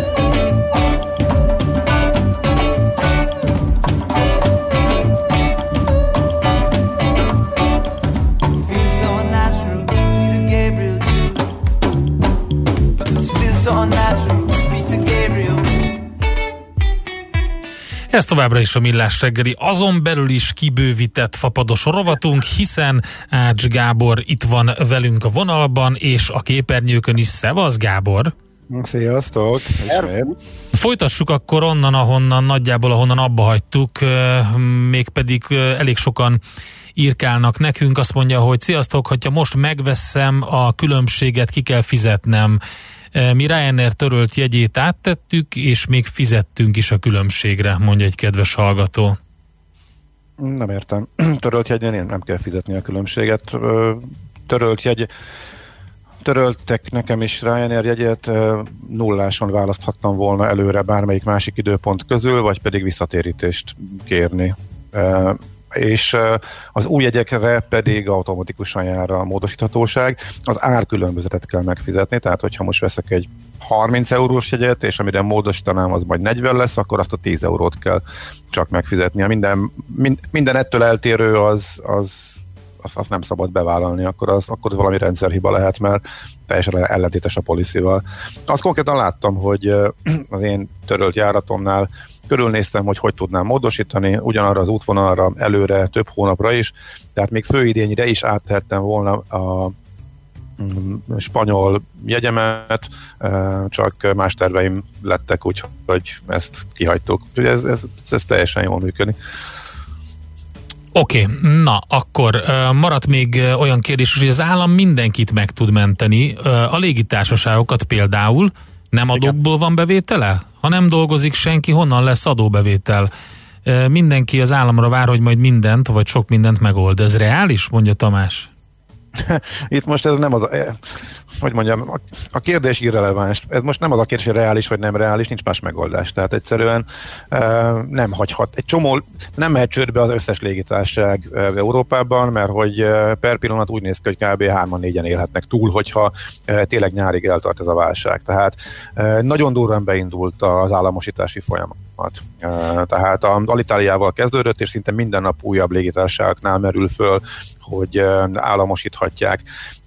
Feels so unnatural, Peter Gabriel too. But this feels so unnatural, Peter Gabriel. Ez továbbra is a Millás reggeli, azon belül is kibővített fapados rovatunk, hiszen Ács Gábor itt van velünk a vonalban, és a képernyőkön is. Szevasz, Gábor! Sziasztok! Folytassuk akkor onnan, ahonnan abba hagytuk, mégpedig elég sokan írkálnak nekünk, azt mondja, hogy sziasztok, hogyha most megveszem a különbséget, ki kell fizetnem. Mi Ryanair törölt jegyét áttettük, és még fizettünk is a különbségre, mondja egy kedves hallgató. Nem értem. Törölt jegyen nem kell fizetni a különbséget. Töröltek nekem is Ryanair jegyet, nulláson választhattam volna előre bármelyik másik időpont közül, vagy pedig visszatérítést kérni. És az új jegyekre pedig automatikusan jár a módosíthatóság. Az árkülönbözetet kell megfizetni, tehát hogyha most veszek egy 30 eurós jegyet, és amire módosítanám, az majd 40 lesz, akkor azt a 10 eurót kell csak megfizetni. Minden ettől eltérő azt nem szabad bevállalni, akkor valami rendszerhiba lehet, mert teljesen ellentétes a policyval. Azt konkrétan láttam, hogy az én törölt járatomnál körülnéztem, hogy tudnám módosítani, ugyanarra az útvonalra előre, több hónapra is, tehát még főidényre is áttehettem volna a spanyol jegyemet, csak más terveim lettek, úgyhogy ezt kihagytuk. Ez teljesen jól működik. Oké, na akkor maradt még olyan kérdés, hogy az állam mindenkit meg tud menteni, a légitársaságokat például nem adókból van bevétele? Ha nem dolgozik senki, honnan lesz adóbevétel? Mindenki az államra vár, hogy majd mindent, vagy sok mindent megold. Ez reális, mondja Tamás? Itt most ez nem az hogy mondjam, a kérdés irreleváns. Ez most nem az a kérdés, hogy reális vagy nem reális, nincs más megoldás. Tehát egyszerűen nem hagyhat. Egy csomó, nem mehet csődbe az összes légitársaság Európában, mert hogy per pillanat úgy néz ki, hogy kb. 3-4-en élhetnek túl, hogyha tényleg nyárig eltart ez a válság. Tehát nagyon durván beindult az államosítási folyamat. Tehát az Alitáliával kezdődött, és szinte minden nap újabb légitársaságnál merül föl, hogy államosíthatják,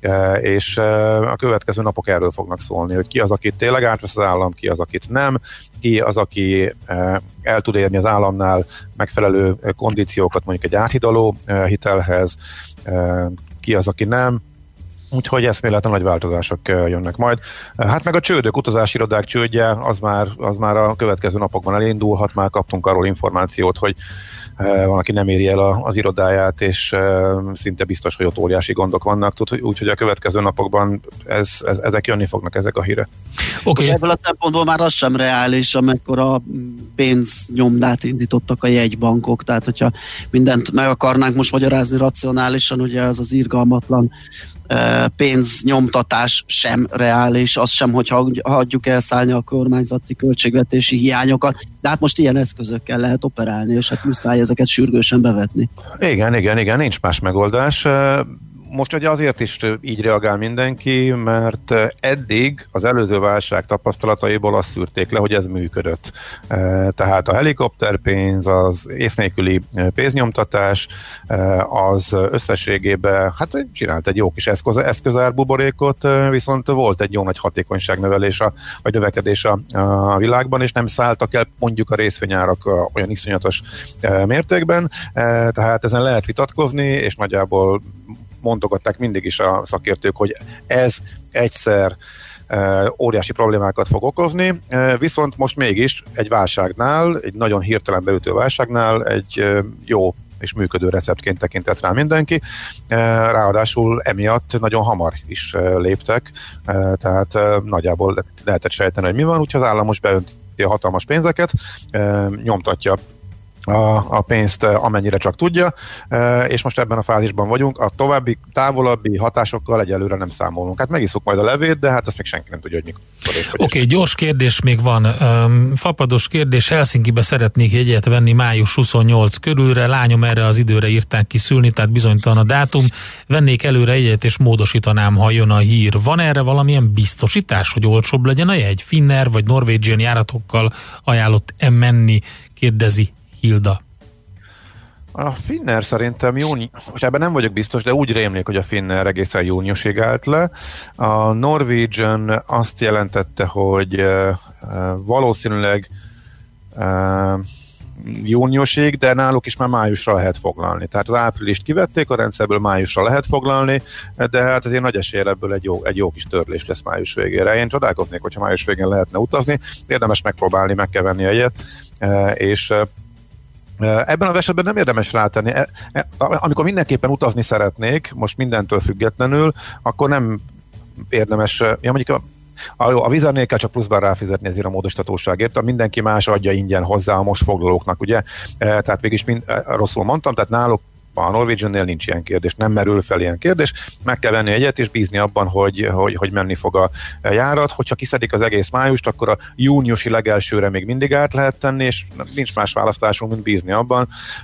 és a következő napok erről fognak szólni, hogy ki az, akit tényleg átvesz az állam, ki az, akit nem, ki az, aki el tud érni az államnál megfelelő kondíciókat mondjuk egy áthidaló hitelhez, ki az, aki nem. Úgyhogy eszméletlen nagy változások jönnek majd. Hát meg a csődök, utazási irodák csődje, az már a következő napokban elindulhat, már kaptunk arról információt, hogy van, aki nem éri el az irodáját, és szinte biztos, hogy ott óriási gondok vannak, úgyhogy a következő napokban ezek jönni fognak, ezek a hírek. Okay. Ebből a szempontból már az sem reális, amekkora pénznyomdát indítottak a jegybankok, tehát hogyha mindent meg akarnánk most magyarázni racionálisan, ugye az irgalmatlan pénznyomtatás sem reális, az sem, hogy hagyjuk elszállni a kormányzati költségvetési hiányokat, de hát most ilyen eszközökkel lehet operálni, és hát muszáj ezeket sürgősen bevetni. Igen, nincs más megoldás. Most ugye azért is így reagál mindenki, mert eddig az előző válság tapasztalataiból azt szűrték le, hogy ez működött. Tehát a helikopterpénz, az ész nélküli pénznyomtatás, az összességében hát csinált egy jó kis eszközárbuborékot, viszont volt egy jó nagy hatékonyságnövelés vagy növekedés a világban, és nem szálltak el mondjuk a részvényárak olyan iszonyatos mértékben, tehát ezen lehet vitatkozni, és nagyjából mondogatták mindig is a szakértők, hogy ez egyszer óriási problémákat fog okozni, viszont most mégis egy válságnál, egy nagyon hirtelen beütő válságnál egy jó és működő receptként tekintett rá mindenki. Ráadásul emiatt nagyon hamar is léptek, tehát nagyjából lehetett sejteni, hogy mi van, úgyhogy az állam most beönti a hatalmas pénzeket, nyomtatja a pénzt amennyire csak tudja, és most ebben a fázisban vagyunk. A további távolabbi hatásokkal egyelőre nem számolunk. Hát megisszuk majd a levét, de hát ezt még senki nem tudja, hogy mikor. Oké, gyors kérdés még van. Fapados kérdés, Helsinkibe szeretnék jegyet venni május 28 körülre, lányom erre az időre írták ki szülni, tehát bizonytalan a dátum. Vennék előre jegyet és módosítanám, ha jön a hír. Van erre valamilyen biztosítás, hogy olcsóbb legyen a jegy? Finnair vagy Norwegian járatokkal ajánlott menni, kérdezi Hilda. A Finnair szerintem most ebben nem vagyok biztos, de úgy rémlik, hogy a Finnair egészen júniusig állt le. A Norwegian azt jelentette, hogy valószínűleg júniusig, de náluk is már májusra lehet foglalni. Tehát az áprilist kivették, a rendszerből májusra lehet foglalni, de hát azért nagy eséllyel ebből egy jó kis törlés lesz május végére. Én csodálkoznék, hogyha május végén lehetne utazni. Érdemes megpróbálni, meg kell venni a jegyet, és ebben az esetben nem érdemes rátenni. Amikor mindenképpen utazni szeretnék, most mindentől függetlenül, akkor nem érdemes, mondjuk a Visa-nél kell csak pluszban ráfizetni ezért a módosítatóságért, mindenki más adja ingyen hozzá a most foglalóknak, ugye? Tehát végig is rosszul mondtam, tehát náluk a Norwegiannél nincs ilyen kérdés, nem merül fel ilyen kérdés, meg kell venni egyet és bízni abban, hogy menni fog a járat. Hogyha kiszedik az egész májust, akkor a júniusi legelsőre még mindig át lehet tenni, és nincs más választásunk, mint bízni abban,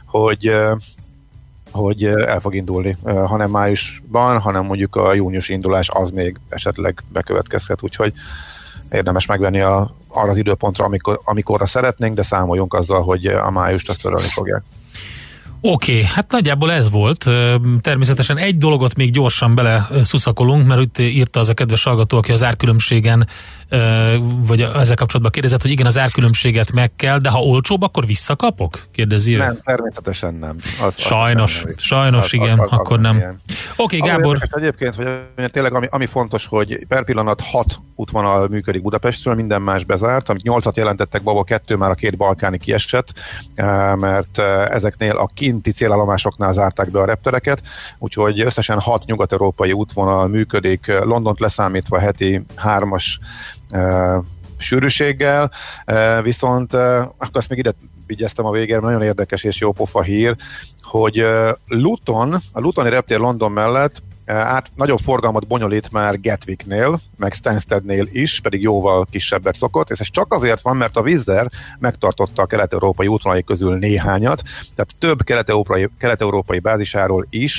hogy el fog indulni, hanem májusban, hanem mondjuk a júniusi indulás az még esetleg bekövetkezhet, úgyhogy érdemes megvenni arra az időpontra, amikorra szeretnénk, de számoljunk azzal, hogy a májust azt törölni fogják. Oké, hát nagyjából ez volt. Természetesen egy dolgot még gyorsan bele szuszakolunk, mert itt írta az a kedves hallgató, aki az árkülönbségen, vagy ezzel kapcsolatban kérdezett, hogy igen, az árkülönbséget meg kell, de ha olcsóbb, akkor visszakapok? Kérdezi ő. Nem, természetesen nem. Sajnos igen, akkor nem. Oké, Gábor. Egyébként, hogy tényleg ami fontos, hogy per pillanat 6 útvonal működik Budapestről, minden más bezárt, amit 8-at jelentettek, abból 2 már a 2 balkáni kiesett, mert ezeknél a kinti célállomásoknál zárták be a reptereket, úgyhogy összesen 6 nyugat-európai útvonal működik, Londont leszámítva heti 3-as sűrűséggel, viszont akkor azt még ide vigyeztem a végére, nagyon érdekes és jó pofa hír, hogy a Lutoni reptér London mellett nagyobb forgalmat bonyolít már Gatwicknél, meg Stanstednél is, pedig jóval kisebbet szokott, és ez csak azért van, mert a Wizz Air megtartotta a kelet-európai útvonalai közül néhányat, tehát több kelet-európai bázisáról is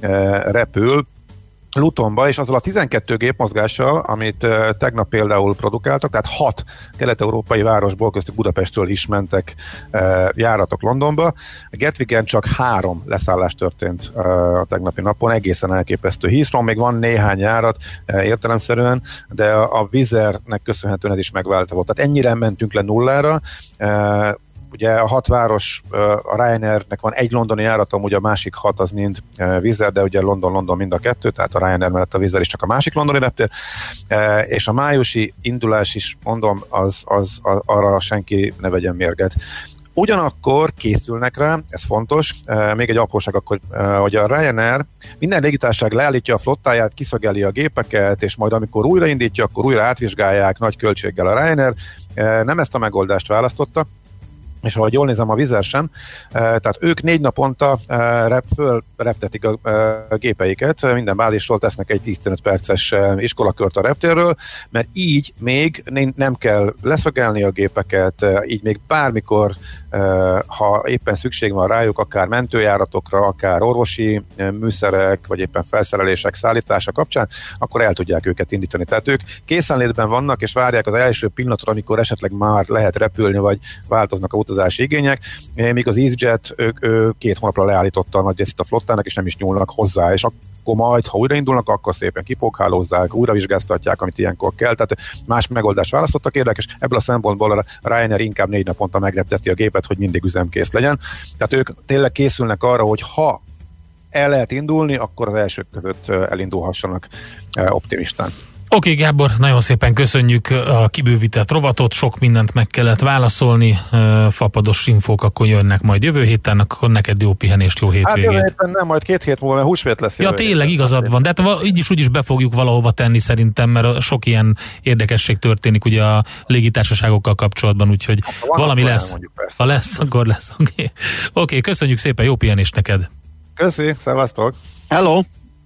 repül Lutonba, és azzal a 12 gépmozgással, amit tegnap például produkáltak, tehát 6 kelet-európai városból, köztük Budapestről is mentek járatok Londonba. Gatwicken csak 3 leszállás történt a tegnapi napon, egészen elképesztő. Heathrow még van néhány járat értelemszerűen, de a Wizz Airnek köszönhetően ez is megválta volt. Tehát ennyire mentünk le nullára. Ugye a 6 város, a Ryanairnek van egy londoni járata, ugye a másik 6 az mind Wizz Air, de ugye London mind a 2, tehát a Ryanair mellett a Wizz Air is csak a másik londoni reptér, és a májusi indulás is, mondom, az arra senki ne vegyen mérget. Ugyanakkor készülnek rá, ez fontos, még egy apróság akkor, hogy a Ryanair minden légitársaság leállítja a flottáját, kiszögeli a gépeket, és majd amikor újraindítja, akkor újra átvizsgálják nagy költséggel a Ryanair. Nem ezt a megoldást választotta, és ahogy jól nézem, a Wizz Air sem, tehát ők 4 naponta fölreptetik a gépeiket, minden bázisról tesznek egy 10-15 perces iskolakört a reptérről, mert így még nem kell leszögelni a gépeket, így még bármikor, ha éppen szükség van rájuk, akár mentőjáratokra, akár orvosi műszerek, vagy éppen felszerelések szállítása kapcsán, akkor el tudják őket indítani. Tehát ők készenlétben vannak, és várják az első pillanatot, amikor esetleg már lehet repülni, vagy változnak a utazási igények, míg az EasyJet ők 2 hónapra leállította a nagy részét a flottának, és nem is nyúlnak hozzá, és akkor majd, ha újraindulnak, akkor szépen kipókhálózzák, újra vizsgáztatják, amit ilyenkor kell. Tehát más megoldást választottak, érdekes. Ebből a szempontból a Ryanair inkább 4 naponta megrepteti a gépet, hogy mindig üzemkész legyen. Tehát ők tényleg készülnek arra, hogy ha el lehet indulni, akkor az elsők között elindulhassanak optimistán. Oké, Gábor, nagyon szépen köszönjük a kibővített rovatot, sok mindent meg kellett válaszolni, fapados infók akkor jönnek majd jövő héten, akkor neked jó pihenést, jó hétvégét. Hát jövő héten nem, majd 2 hét múlva, mert húsvét lesz. Ja, tényleg igazad van, de hát így is úgy is be fogjuk valahova tenni szerintem, mert sok ilyen érdekesség történik ugye a légitársaságokkal kapcsolatban, úgyhogy valami lesz. Ha lesz, akkor lesz. Oké, köszönjük szépen, jó pihenést neked. Köszi, szevasztok. Hello!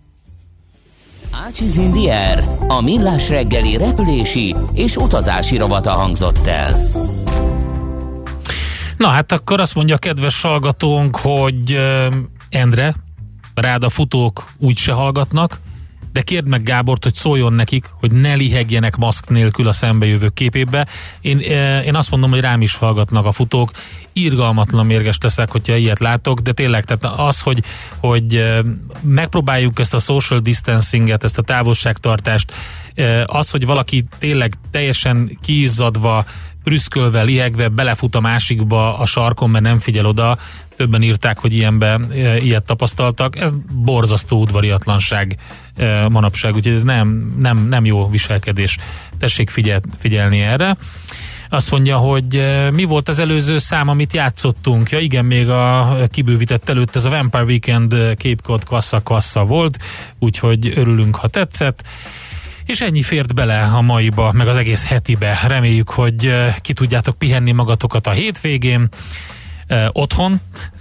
Ácsiz in the Air, a millás reggeli repülési és utazási rovata hangzott el. Na hát akkor azt mondja a kedves hallgatónk, hogy Endre, rád a futók úgyse hallgatnak, de kérd meg Gábort, hogy szóljon nekik, hogy ne lihegjenek maszk nélkül a szembejövők képébe. Én azt mondom, hogy rám is hallgatnak a futók. Irgalmatlan mérges leszek, hogyha ilyet látok, de tényleg, tehát az, hogy megpróbáljuk ezt a social distancinget, ezt a távolságtartást, az, hogy valaki tényleg teljesen kiizzadva, prüszkölve, lihegve belefut a másikba a sarkon, mert nem figyel oda, többen írták, hogy ilyet tapasztaltak. Ez borzasztó udvariatlanság manapság, úgyhogy ez nem jó viselkedés. Tessék figyelni erre. Azt mondja, hogy mi volt az előző szám, amit játszottunk? Ja igen, még a kibővített előtt ez a Vampire Weekend Cape Cod kvassa volt, úgyhogy örülünk, ha tetszett. És ennyi fért bele a maiba, meg az egész hetibe. Reméljük, hogy ki tudjátok pihenni magatokat a hétvégén otthon.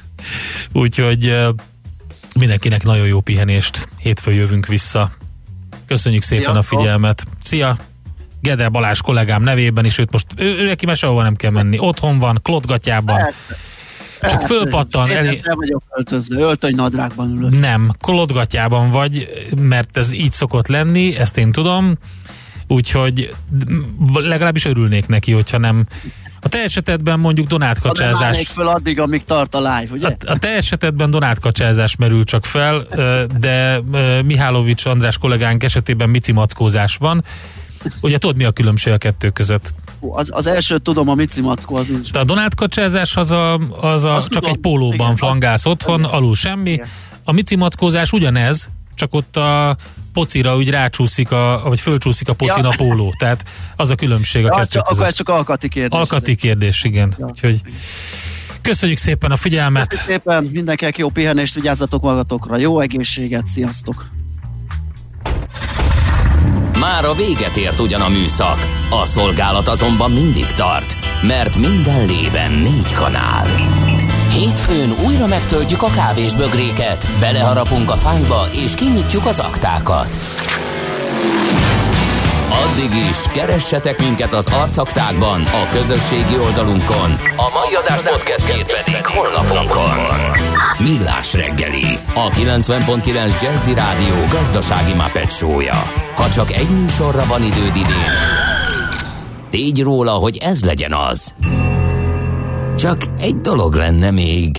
Úgyhogy mindenkinek nagyon jó pihenést. Hétfőn jövünk vissza. Köszönjük szépen a figyelmet. Szia! Gede Balázs kollégám nevében is, őt most ő neki már sehova nem kell menni. Otthon van, klotgatyában. Csak fölpattan. Nem vagyok öltözve, öltönynadrágban ülök. Nem, klotgatyában vagy, mert ez így szokott lenni, ezt én tudom. Úgyhogy legalábbis örülnék neki, hogyha nem. A te esetedben mondjuk donátkacsázás. Föl addig, amíg tart a live, ugye? A te esetedben donátkacsázás merül csak fel, de Mihálovics András kollégánk esetében micimackózás van. Ugye tudod, mi a különbség a kettő között? Az elsőt tudom, a micimackó az nincs. De a donátkacsázás az csak tudom. Egy pólóban igen, flangálsz otthon, alul semmi. Igen. A micimackózás ugyanez, csak ott a pocira úgy rácsúszik, vagy fölcsúszik a pocin a póló. Tehát az a különbség a kettő között. Akkor ez csak alkati kérdés. Alkati kérdés, igen. Ja. Úgyhogy köszönjük szépen a figyelmet. Köszönjük szépen, mindenkinek jó pihenést, vigyázzatok magatokra, jó egészséget, sziasztok! Már a véget ért ugyan a műszak, a szolgálat azonban mindig tart, mert minden lében 4 kanál. Hétfőn újra megtöltjük a kávésbögréket, beleharapunk a fányba és kinyitjuk az aktákat. Addig is keressetek minket az arcaktákban, a közösségi oldalunkon. A mai adás podcastjét pedig honlapunkon. Millás reggeli, a 90.9 Jazzy Rádió gazdasági Muppet show-ja. Ha csak egy műsorra van időd idén, tégy róla, hogy ez legyen az. Csak egy dolog lenne még.